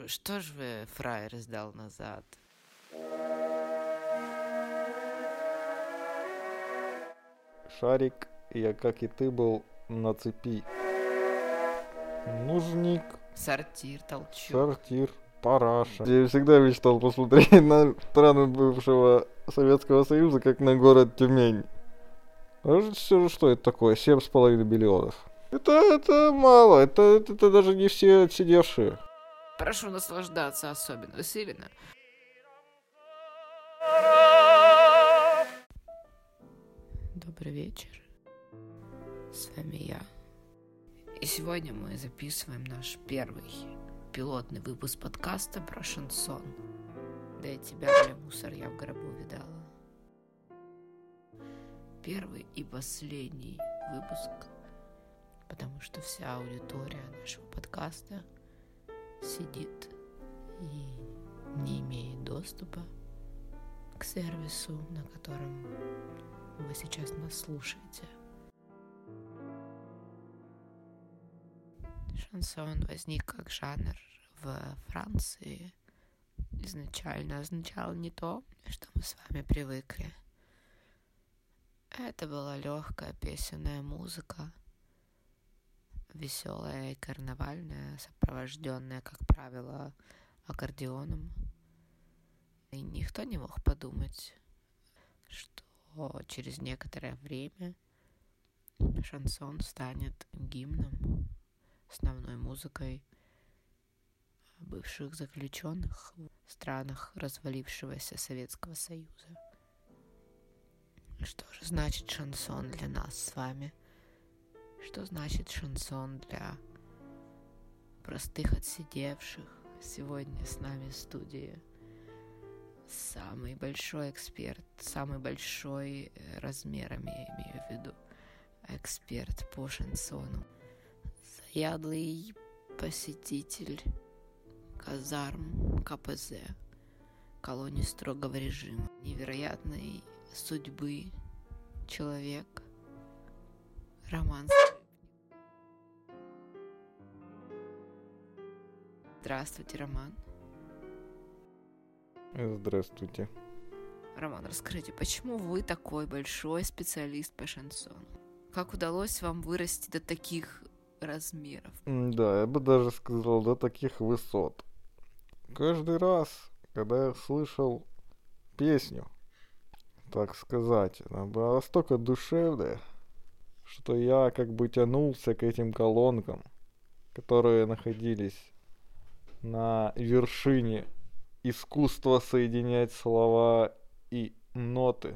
Что ж вы, фраер, сдал назад? Шарик, я, как и ты, был на цепи. Нужник, Сортир, толчок. сортир, параша. Я всегда мечтал посмотреть на страны бывшего Советского Союза, как на город Тюмень. А что это такое? 7,5 миллионов. Это мало, это даже не все отсидевшие. Прошу наслаждаться особенно усиленно. Добрый вечер. С вами я. И сегодня мы записываем наш первый пилотный выпуск подкаста про шансон. Да и тебя, бля, мусор, я в гробу видала. Первый и последний выпуск, потому что вся аудитория нашего подкаста сидит и не имеет доступа к сервису, на котором вы сейчас нас слушаете. Шансон возник как жанр в Франции. Изначально означал не то, что мы с вами привыкли. Это была легкая песенная музыка, веселая и карнавальная, сопровожденная, как правило, аккордеоном. И никто не мог подумать, что через некоторое время шансон станет гимном, основной музыкой бывших заключенных в странах развалившегося Советского Союза. Что же значит шансон для нас с вами? Что значит шансон для простых отсидевших? Сегодня с нами в студии самый большой эксперт, самый большой размерами, я имею в виду, эксперт по шансону. Заядлый посетитель казарм КПЗ, колонии строгого режима, невероятной судьбы человек, Роман. Здравствуйте, Роман. Здравствуйте. Роман, расскажите, почему вы такой большой специалист по шансону? Как удалось вам вырасти до таких размеров? Да, я бы даже сказал, до таких высот. Каждый раз, когда я слышал песню, так сказать, она была настолько душевная, что я как бы тянулся к этим колонкам, которые находились на вершине искусства соединять слова и ноты,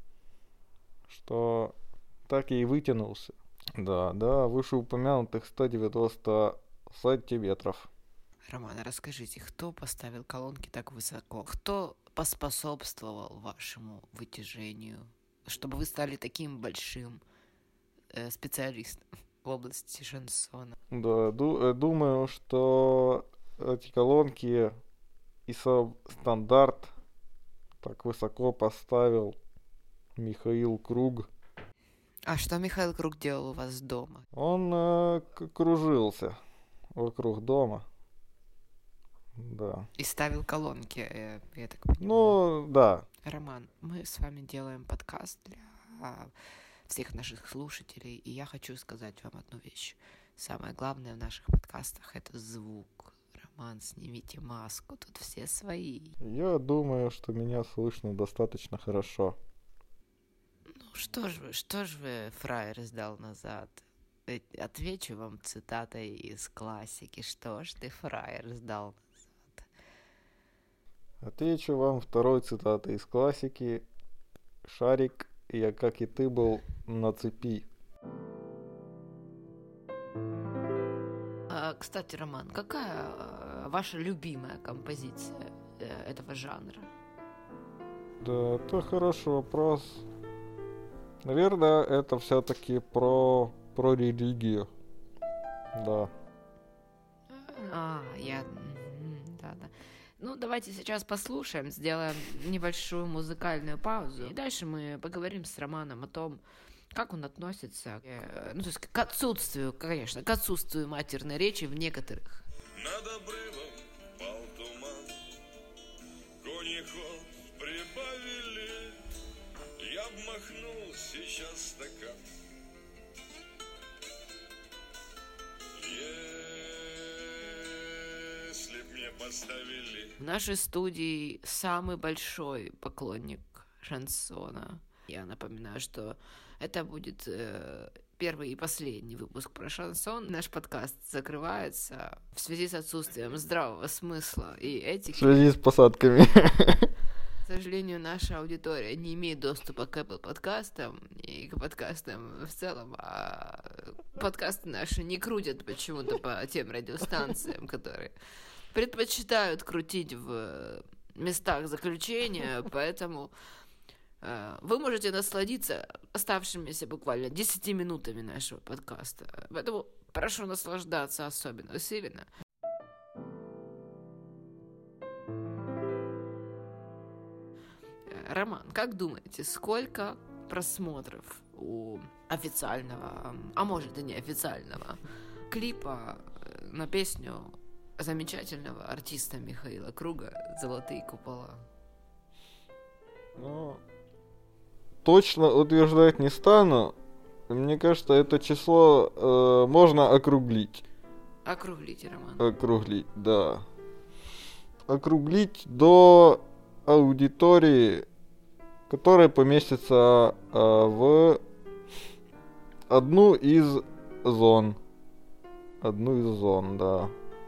что так и вытянулся. Да, вышеупомянутых 190 сантиметров. Роман, расскажите, кто поставил колонки так высоко? Кто поспособствовал вашему вытяжению, чтобы вы стали таким большим специалистом в области шансона? Да, думаю, что эти колонки и сам стандарт так высоко поставил Михаил Круг. А что Михаил Круг делал у вас дома? Он кружился вокруг дома. Да. И ставил колонки, я так понимаю. Ну, да. Роман, мы с вами делаем подкаст для всех наших слушателей, и я хочу сказать вам одну вещь. Самое главное в наших подкастах — это звук. Роман, снимите маску, тут все свои. Я думаю, что меня слышно достаточно хорошо. Ну что ж вы, фраер, сдал назад? Отвечу вам цитатой из классики. Что ж ты, фраер, сдал назад? Отвечу вам второй цитатой из классики. Шарик, я, как и ты, был на цепи. Кстати, Роман, какая ваша любимая композиция этого жанра? Да, это хороший вопрос. Наверное, это все-таки про религию. Да. Да. Ну, давайте сейчас послушаем, сделаем небольшую музыкальную паузу. И дальше мы поговорим с Романом о том, как он относится к отсутствию, конечно, к отсутствию матерной речи в некоторых Над обрывом распахнул сейчас стакан. Если б мне поставили... В нашей студии самый большой поклонник шансона. Я напоминаю, что это будет первый и последний выпуск про шансон. Наш подкаст закрывается в связи с отсутствием здравого смысла и этики. В связи с посадками. К сожалению, наша аудитория не имеет доступа к Apple подкастам и к подкастам в целом, а подкасты наши не крутят почему-то по тем радиостанциям, которые предпочитают крутить в местах заключения, поэтому вы можете насладиться оставшимися буквально 10 минутами нашего подкаста. Поэтому прошу наслаждаться особенно усиленно. Роман, как думаете, сколько просмотров у официального, а может и неофициального клипа на песню замечательного артиста Михаила Круга «Золотые купола»? Ну, точно утверждать не стану. Мне кажется, это число можно округлить. Округлите, Роман. Округлить, да. Округлить до аудитории, которая поместится в одну из зон. Одну из зон, да.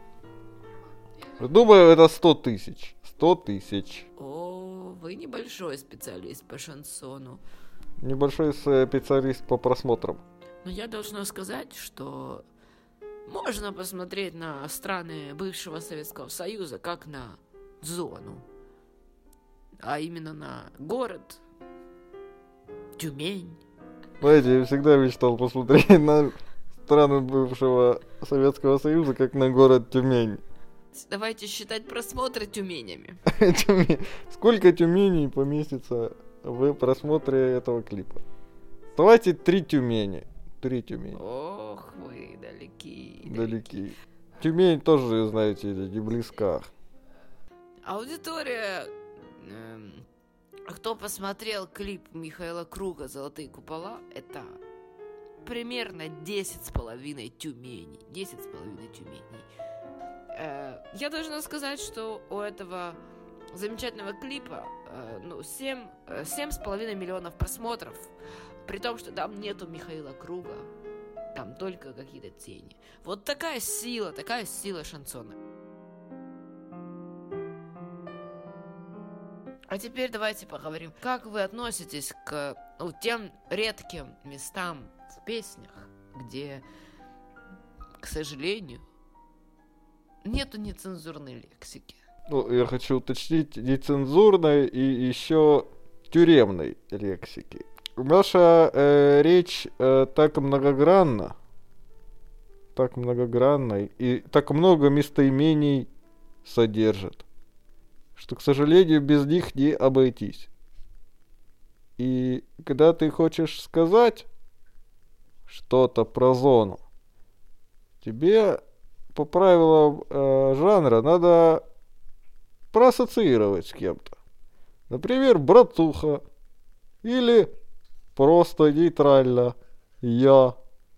Думаю, это 100 тысяч. 100 тысяч. О, вы небольшой специалист по шансону. Небольшой специалист по просмотрам. Но я должна сказать, что можно посмотреть на страны бывшего Советского Союза как на зону. А именно на город Тюмень. Знаете, я всегда мечтал посмотреть на страны бывшего Советского Союза как на город Тюмень. Давайте считать просмотры тюменями. Сколько Тюменей поместится в просмотре этого клипа? Давайте 3 Тюмени. 3 Тюмени. Ох, вы далеки. Далеки. Тюмень тоже, знаете, не близка. Аудитория, кто посмотрел клип Михаила Круга «Золотые купола», это примерно 10,5 Тюменей. 10,5 Тюменей. Я должна сказать, что у этого замечательного клипа 7,5 миллионов просмотров, при том, что там нету Михаила Круга, там только какие-то тени. Вот такая сила шансона. А теперь давайте поговорим, как вы относитесь к тем редким местам в песнях, где, к сожалению, нету нецензурной лексики. Ну, я хочу уточнить, нецензурной и еще тюремной лексики. Наша речь так многогранна и так много местоимений содержит, что, к сожалению, без них не обойтись. И когда ты хочешь сказать что-то про зону, тебе по правилам жанра надо проассоциировать с кем-то. Например, братуха. Или просто нейтрально я.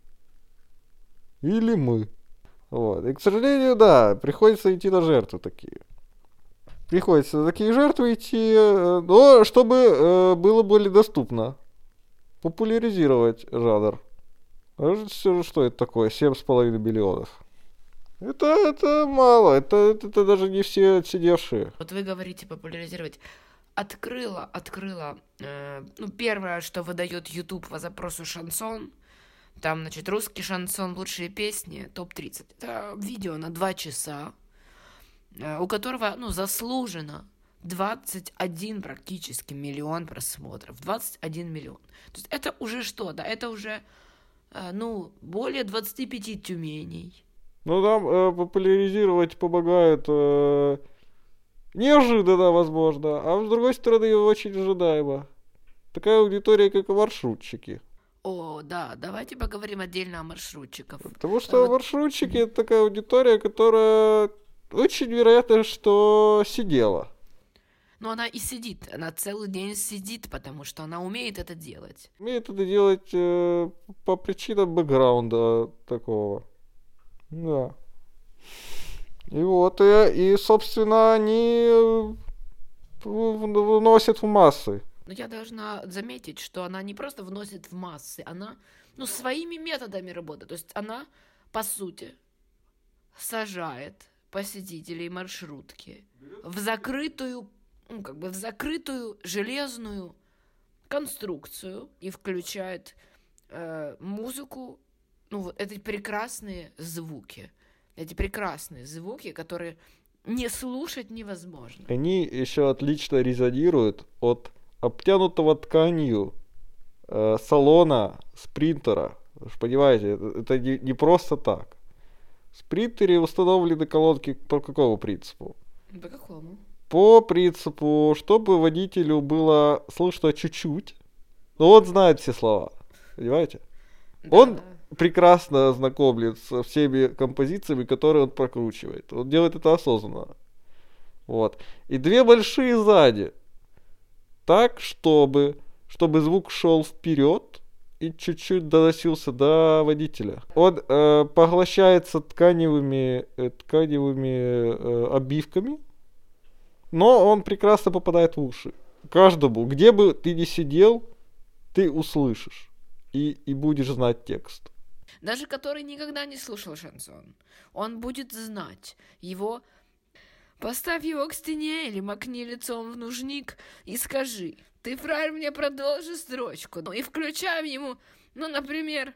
Или мы. Вот. И, к сожалению, да, приходится идти на жертвы такие. Приходится на такие жертвы идти, но чтобы было более доступно. Популяризировать жанр. Что это такое? 7,5 миллионов. Это мало, это даже не все отсидевшие. Вот вы говорите популяризировать. Открыла, первое, что выдает YouTube по запросу шансон, там, значит, русский шансон, лучшие песни, топ-30. Это видео на 2 часа, у которого, заслуженно 21 практически миллион просмотров. 21 миллион. То есть это уже что, да, это уже, более 25 Тюменей. Ну, там популяризировать помогают неожиданно, возможно, а с другой стороны, очень ожидаемо. Такая аудитория, как и маршрутчики. О, да, давайте поговорим отдельно о маршрутчиках. Потому что маршрутчики — это такая аудитория, которая очень вероятно, что сидела. Но она и сидит, она целый день сидит, потому что она умеет это делать. Умеет это делать по причинам бэкграунда такого. Да. И вот, и собственно, они выносят в массы. Но я должна заметить, что она не просто вносит в массы, она, своими методами работает. То есть она, по сути, сажает посетителей маршрутки в закрытую, в закрытую железную конструкцию и включает музыку, эти прекрасные звуки. Эти прекрасные звуки, которые не слушать невозможно. Они еще отлично резонируют от обтянутого тканью салона спринтера. Вы же понимаете, это не просто так. В спринтере установлены колонки по какому принципу? По какому? По принципу, чтобы водителю было слышно чуть-чуть, но он знает все слова. Понимаете? Да. Он прекрасно ознакомлен со всеми композициями, которые он прокручивает. Он делает это осознанно. Вот. И две большие сзади. Так, чтобы звук шел вперед и чуть-чуть доносился до водителя. Он поглощается тканевыми обивками, но он прекрасно попадает в уши. Каждому, где бы ты ни сидел, ты услышишь и будешь знать текст. Даже который никогда не слушал шансон, он будет знать его. Поставь его к стене или макни лицом в нужник и скажи: ты, фраер, мне продолжи строчку. И включаем ему, например,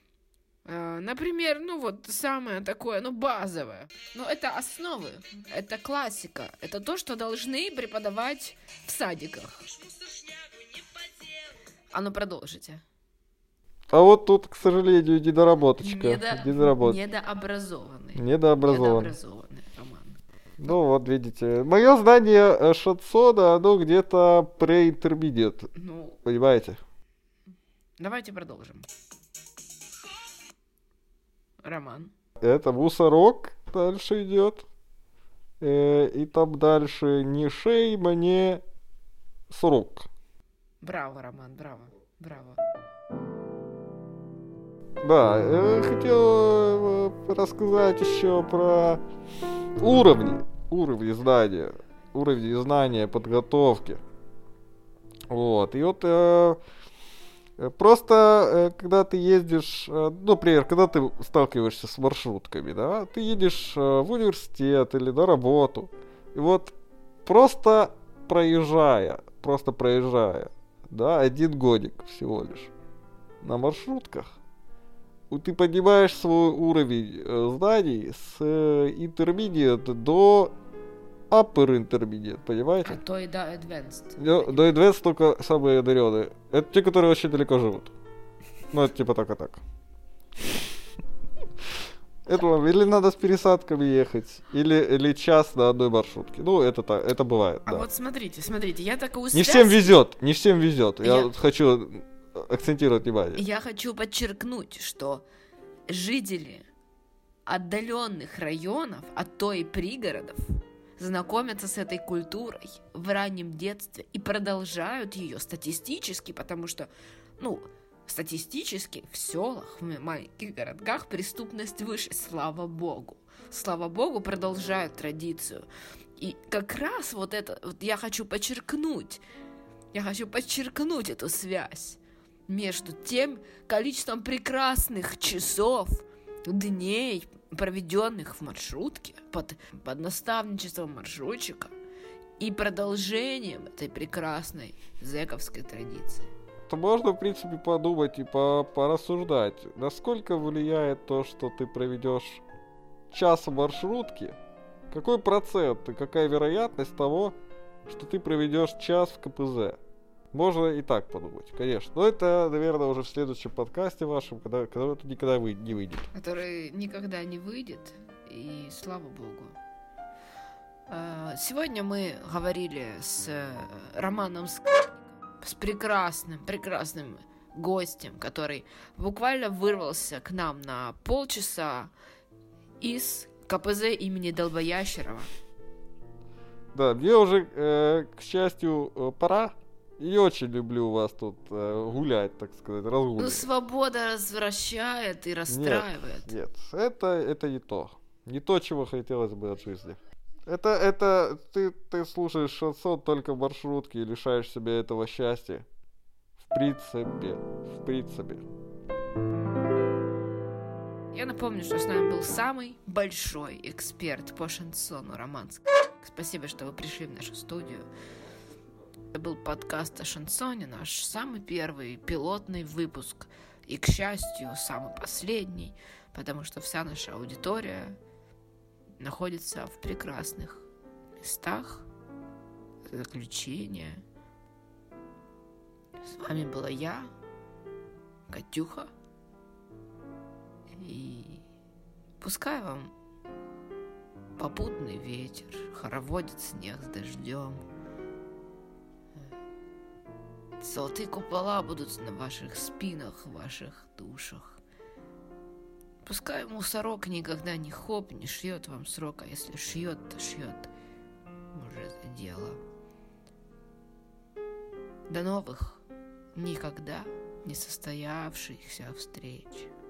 самое такое, базовое. Это основы, это классика, это то, что должны преподавать в садиках. Продолжите. А вот тут, к сожалению, недоработочка. Недообразованный роман. Вот видите, мое знание шансона, оно где-то преинтермедиат. Понимаете? Давайте продолжим. Роман. Это мусорок дальше идет. И там дальше не шейм, а не срок. Браво, Роман, браво. Да, хотел рассказать еще про уровни знания, подготовки. Вот, и вот просто когда ты ездишь, например, когда ты сталкиваешься с маршрутками, да, ты едешь в университет или на работу, и вот просто проезжая, да, 1 годик всего лишь на маршрутках, ты поднимаешь свой уровень знаний с intermediate до upper intermediate, понимаете? А то и до advanced. До advanced только самые одаренные. Это те, которые очень далеко живут. Это типа так. Это вам или надо с пересадками ехать, или час на одной маршрутке. Это бывает, да. А вот смотрите, я такую связь... Не всем везет. Я хочу акцентировать внимание. Я хочу подчеркнуть, что жители отдаленных районов, а то и пригородов, знакомятся с этой культурой в раннем детстве и продолжают ее статистически, потому что, статистически в селах, в маленьких городках преступность выше, слава богу. Слава богу, продолжают традицию. И как раз я хочу подчеркнуть эту связь между тем количеством прекрасных часов, дней, проведенных в маршрутке под наставничеством маршрутчика, и продолжением этой прекрасной зэковской традиции. То можно, в принципе, подумать и порассуждать, насколько влияет то, что ты проведешь час в маршрутке, какой процент и какая вероятность того, что ты проведешь час в КПЗ. Можно и так подумать, конечно. Но это, наверное, уже в следующем подкасте вашем, когда это никогда не выйдет. Который никогда не выйдет, и слава богу. Сегодня мы говорили с Романом Скрипником, с прекрасным гостем, который буквально вырвался к нам на полчаса из КПЗ имени Долбоящерова. Да, мне уже, к счастью, пора. И очень люблю вас тут гулять, так сказать, Ну, разгуливать. свобода развращает и расстраивает. Нет, это не то. Не то, чего хотелось бы от жизни. Это ты слушаешь шансон только в маршрутке и лишаешь себя этого счастья. В принципе. Я напомню, что с нами был самый большой эксперт по шансону Романск. Спасибо, что вы пришли в нашу студию. Это был подкаст о шансоне, наш самый первый пилотный выпуск. И, к счастью, самый последний, потому что вся наша аудитория находится в прекрасных местах заключения. С вами была я, Катюха. И пускай вам попутный ветер хороводит снег с дождем. Золотые купола будут на ваших спинах, в ваших душах. Пускай мусорок никогда не не шьет вам срок, а если шьет, то шьет уже за дело. До новых, никогда не состоявшихся встреч.